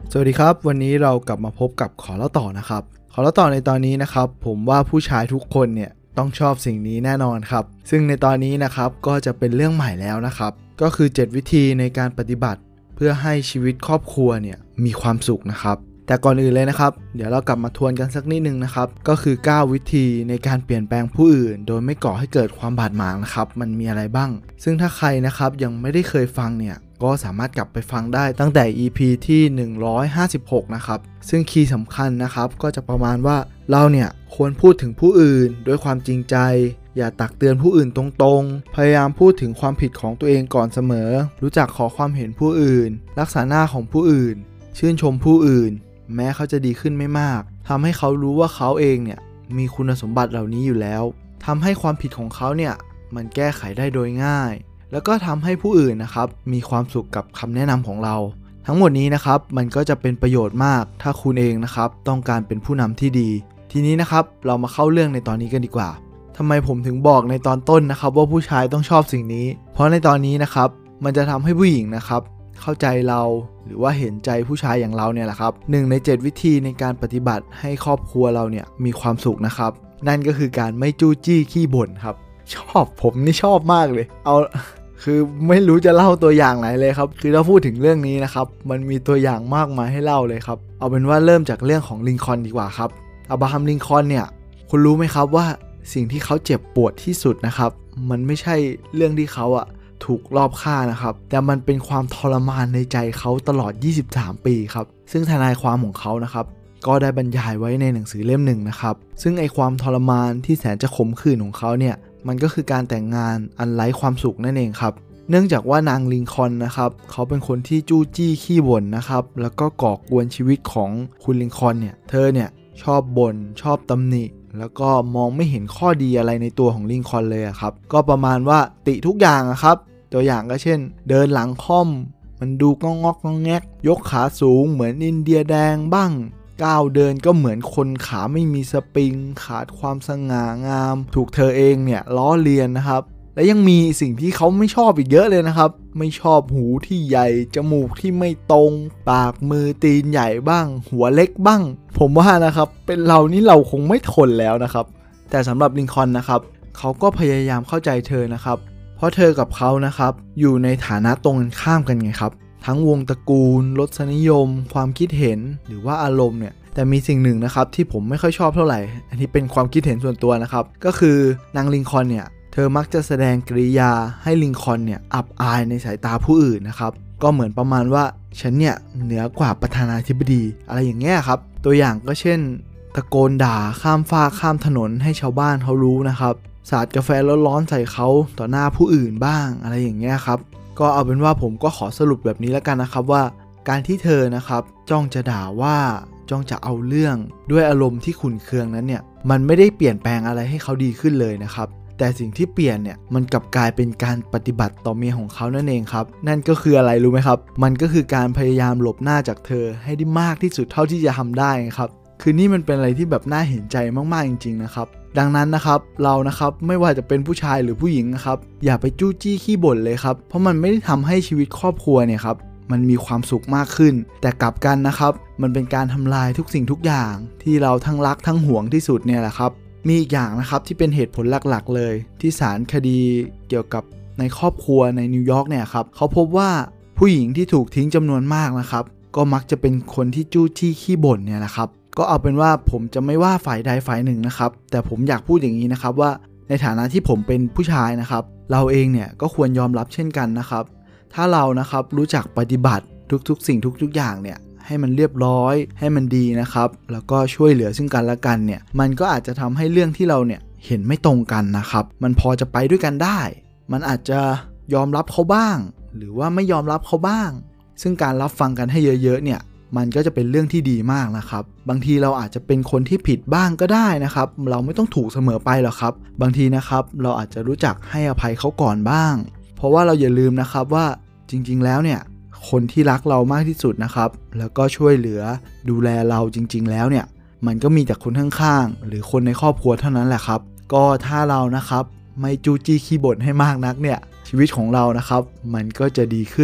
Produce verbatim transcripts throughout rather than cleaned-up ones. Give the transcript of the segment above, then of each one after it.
สวัสดีครับวันนี้เรากลับมาพบกับขอเล่าต่อนะครับขอเล่าต่อในตอนนี้นะครับผมว่าผู้ชายทุกคนเนี่ยต้องชอบสิ่งนี้แน่นอนครับซึ่งในตอนนี้นะครับก็จะเป็นเรื่องใหม่แล้วนะครับก็คือเจ็ดวิธีในการปฏิบัติเพื่อให้ชีวิตครอบครัวเนี่ยมีความสุขนะครับแต่ก่อนอื่นเลยนะครับเดี๋ยวเรากลับมาทวนกันสักนิดนึงนะครับก็คือเก้าวิธีในการเปลี่ยนแปลงผู้อื่นโดยไม่ก่อให้เกิดความบาดหมางนะครับมันมีอะไรบ้างซึ่งถ้าใครนะครับยังไม่ได้เคยฟังเนี่ยก็สามารถกลับไปฟังได้ตั้งแต่ อี พี ที่หนึ่งร้อยห้าสิบหกนะครับซึ่งคีย์สำคัญนะครับก็จะประมาณว่าเราเนี่ยควรพูดถึงผู้อื่นด้วยความจริงใจอย่าตักเตือนผู้อื่นตรงๆพยายามพูดถึงความผิดของตัวเองก่อนเสมอรู้จักขอความเห็นผู้อื่นรักษาหน้าของผู้อื่นชื่นชมผู้อื่นแม้เขาจะดีขึ้นไม่มากทำให้เขารู้ว่าเขาเองเนี่ยมีคุณสมบัติเหล่านี้อยู่แล้วทำให้ความผิดของเขาเนี่ยมันแก้ไขได้โดยง่ายแล้วก็ทำให้ผู้อื่นนะครับมีความสุขกับคำแนะนำของเราทั้งหมดนี้นะครับมันก็จะเป็นประโยชน์มากถ้าคุณเองนะครับต้องการเป็นผู้นำที่ดีทีนี้นะครับเรามาเข้าเรื่องในตอนนี้กันดีกว่าทำไมผมถึงบอกในตอนต้นนะครับว่าผู้ชายต้องชอบสิ่งนี้เพราะในตอนนี้นะครับมันจะทำให้ผู้หญิงนะครับเข้าใจเราหรือว่าเห็นใจผู้ชายอย่างเราเนี่ยแหละครับหนึ่งในเจ็ดวิธีในการปฏิบัติให้ครอบครัวเราเนี่ยมีความสุขนะครับนั่นก็คือการไม่จู้จี้ขี้บ่นครับชอบผมนี่ชอบมากเลยเอาคือไม่รู้จะเล่าตัวอย่างไหนเลยครับคือถ้าพูดถึงเรื่องนี้นะครับมันมีตัวอย่างมากมายให้เล่าเลยครับเอาเป็นว่าเริ่มจากเรื่องของลิงคอล์นดีกว่าครับอับราฮัมลิงคอล์นเนี่ยคุณรู้ไหมครับว่าสิ่งที่เขาเจ็บปวดที่สุดนะครับมันไม่ใช่เรื่องที่เขาอะถูกลอบฆ่านะครับแต่มันเป็นความทรมานในใจเขาตลอดยี่สิบสามปีครับซึ่งทนายความของเขานะครับก็ได้บรรยายไว้ในหนังสือเล่มหนึ่งนะครับซึ่งไอความทรมานที่แสนจะขมขื่นของเขาเนี่ยมันก็คือการแต่งงานอันไร้ความสุขนั่นเองครับเนื่องจากว่านางลิงคอล์นนะครับเขาเป็นคนที่จู้จี้ขี้บ่นนะครับแล้วก็ก่อกวนชีวิตของคุณลิงคอล์นเนี่ยเธอเนี่ยชอบบ่นชอบตำหนิแล้วก็มองไม่เห็นข้อดีอะไรในตัวของลิงคอล์นเลยครับก็ประมาณว่าติทุกอย่างครับตัวอย่างก็เช่นเดินหลังค่อมมันดูงอกงอกแงกยกขาสูงเหมือนอินเดียแดงบ้างก้าวเดินก็เหมือนคนขาไม่มีสปริงขาดความสง่างามถูกเธอเองเนี่ยล้อเลียนนะครับและยังมีสิ่งที่เขาไม่ชอบอีกเยอะเลยนะครับไม่ชอบหูที่ใหญ่จมูกที่ไม่ตรงปากมือตีนใหญ่บ้างหัวเล็กบ้างผมว่านะครับเป็นเรานี่เราคงไม่ทนแล้วนะครับแต่สำหรับลิงคอล์นนะครับเขาก็พยายามเข้าใจเธอนะครับเพราะเธอกับเขานะครับอยู่ในฐานะตรงกันข้ามกันไงครับทั้งวงตระกูลรสนิยมความคิดเห็นหรือว่าอารมณ์เนี่ยแต่มีสิ่งหนึ่งนะครับที่ผมไม่ค่อยชอบเท่าไหร่อันนี้เป็นความคิดเห็นส่วนตัวนะครับก็คือนางลิงคอล์นเนี่ยเธอมักจะแสดงกริยาให้ลิงคอล์นเนี่ยอับอายในสายตาผู้อื่นนะครับก็เหมือนประมาณว่าฉันเนี่ยเหนือกว่าประธานาธิบดีอะไรอย่างเงี้ยครับตัวอย่างก็เช่นตะโกนด่าข้ามฟ้าข้ามถนนให้ชาวบ้านเขารู้นะครับสาดกาแฟร้อนๆใส่เขาต่อหน้าผู้อื่นบ้างอะไรอย่างเงี้ยครับก็เอาเป็นว่าผมก็ขอสรุปแบบนี้แล้วกันนะครับว่าการที่เธอนะครับจ้องจะด่าว่าจ้องจะเอาเรื่องด้วยอารมณ์ที่ขุ่นเคืองนั้นเนี่ยมันไม่ได้เปลี่ยนแปลงอะไรให้เขาดีขึ้นเลยนะครับแต่สิ่งที่เปลี่ยนเนี่ยมันกลับกลายเป็นการปฏิบัติต่อเมียของเขานั่นเองครับนั่นก็คืออะไรรู้ไหมครับมันก็คือการพยายามหลบหน้าจากเธอให้ได้มากที่สุดเท่าที่จะทำได้ครับคือนี่มันเป็นอะไรที่แบบน่าเห็นใจมากๆจริงๆนะครับดังนั้นนะครับเรานะครับไม่ว่าจะเป็นผู้ชายหรือผู้หญิงนะครับอย่าไปจู้จี้ขี้บ่นเลยครับเพราะมันไม่ได้ทำให้ชีวิตครอบครัวเนี่ยครับมันมีความสุขมากขึ้นแต่กลับกันนะครับมันเป็นการทำลายทุกสิ่งทุกอย่างที่เราทั้งรักทั้งหวงที่สุดเนี่ยแหละครับมีอีกอย่างนะครับที่เป็นเหตุผลหลักๆเลยที่ศาลคดีเกี่ยวกับในครอบครัวในนิวยอร์กเนี่ยครับเขาพบว่าผู้หญิงที่ถูกทิ้งจำนวนมากนะครับก็มักจะเป็นคนที่จู้จี้ขี้บ่นเนี่ยแหละครับก็เอาเป็นว่าผมจะไม่ว่าฝ่ายใดฝ่ายหนึ่งนะครับแต่ผมอยากพูดอย่างนี้นะครับว่าในฐานะที่ผมเป็นผู้ชายนะครับเราเองเนี่ยก็ควรยอมรับเช่นกันนะครับถ้าเรานะครับรู้จักปฏิบัติทุกๆสิ่งทุกๆอย่างเนี่ยให้มันเรียบร้อยให้มันดีนะครับแล้วก็ช่วยเหลือซึ่งกันและกันเนี่ยมันก็อาจจะทำให้เรื่องที่เราเนี่ยเห็นไม่ตรงกันนะครับมันพอจะไปด้วยกันได้มันอาจจะยอมรับเขาบ้างหรือว่าไม่ยอมรับเขาบ้างซึ่งการรับฟังกันให้เยอะๆเนี่ยมันก็จะเป็นเรื่องที่ดีมากนะครับบางทีเราอาจจะเป็นคนที่ผิดบ้างก็ได้นะครับเราไม่ต้องถูกเสมอไปหรอกครับบางทีนะครับเราอาจจะรู้จักให้อภัยเขาก่อนบ้างเพราะว่าเราอย่าลืมนะครับว่าจริงๆแล้วเนี่ยคนที่รักเรามากที่สุดนะครับแล้วก็ช่วยเหลือดูแลเราจริงๆแล้วเนี่ยมันก็มีแต่คนข้างๆหรือคนในครอบครัวเท่านั้นแหละครับก็ถ้าเรานะครับไม่จู้จี้ขี้บ่นให้มากนักเนี่ยชีวิตของเรานะครับมันก็จะดีขึ้น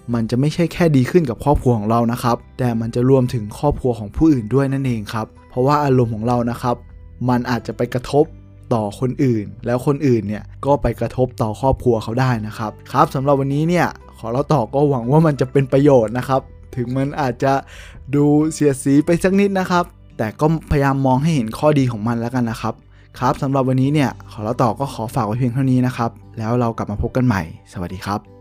มันจะไม่ใช่แค่ดีขึ้นกับครอบครัวของเรานะครับแต่มันจะรวมถึงครอบครัวของผู้อื่นด้วยนั่นเองครับเพราะว่าอารมณ์ของเรานะครับมันอาจจะไปกระทบต่อคนอื่นแล้วคนอื่นเนี่ยก็ไปกระทบต่อครอบครัวเขาได้นะครับครับสำหรับวันนี้เนี่ยขอเราต่อก็หวังว่ามันจะเป็นประโยชน์นะครับถึงมันอาจจะดูเสียดสีไปสักนิดนะครับแต่ก็พยายามมองให้เห็นข้อดีของมันแล้วกันนะครับครับสำหรับวันนี้เนี่ยขอเราต่อก็ขอฝากไว้เพียงเท่านี้นะครับแล้วเรากลับมาพบกันใหม่สวัสดีครับ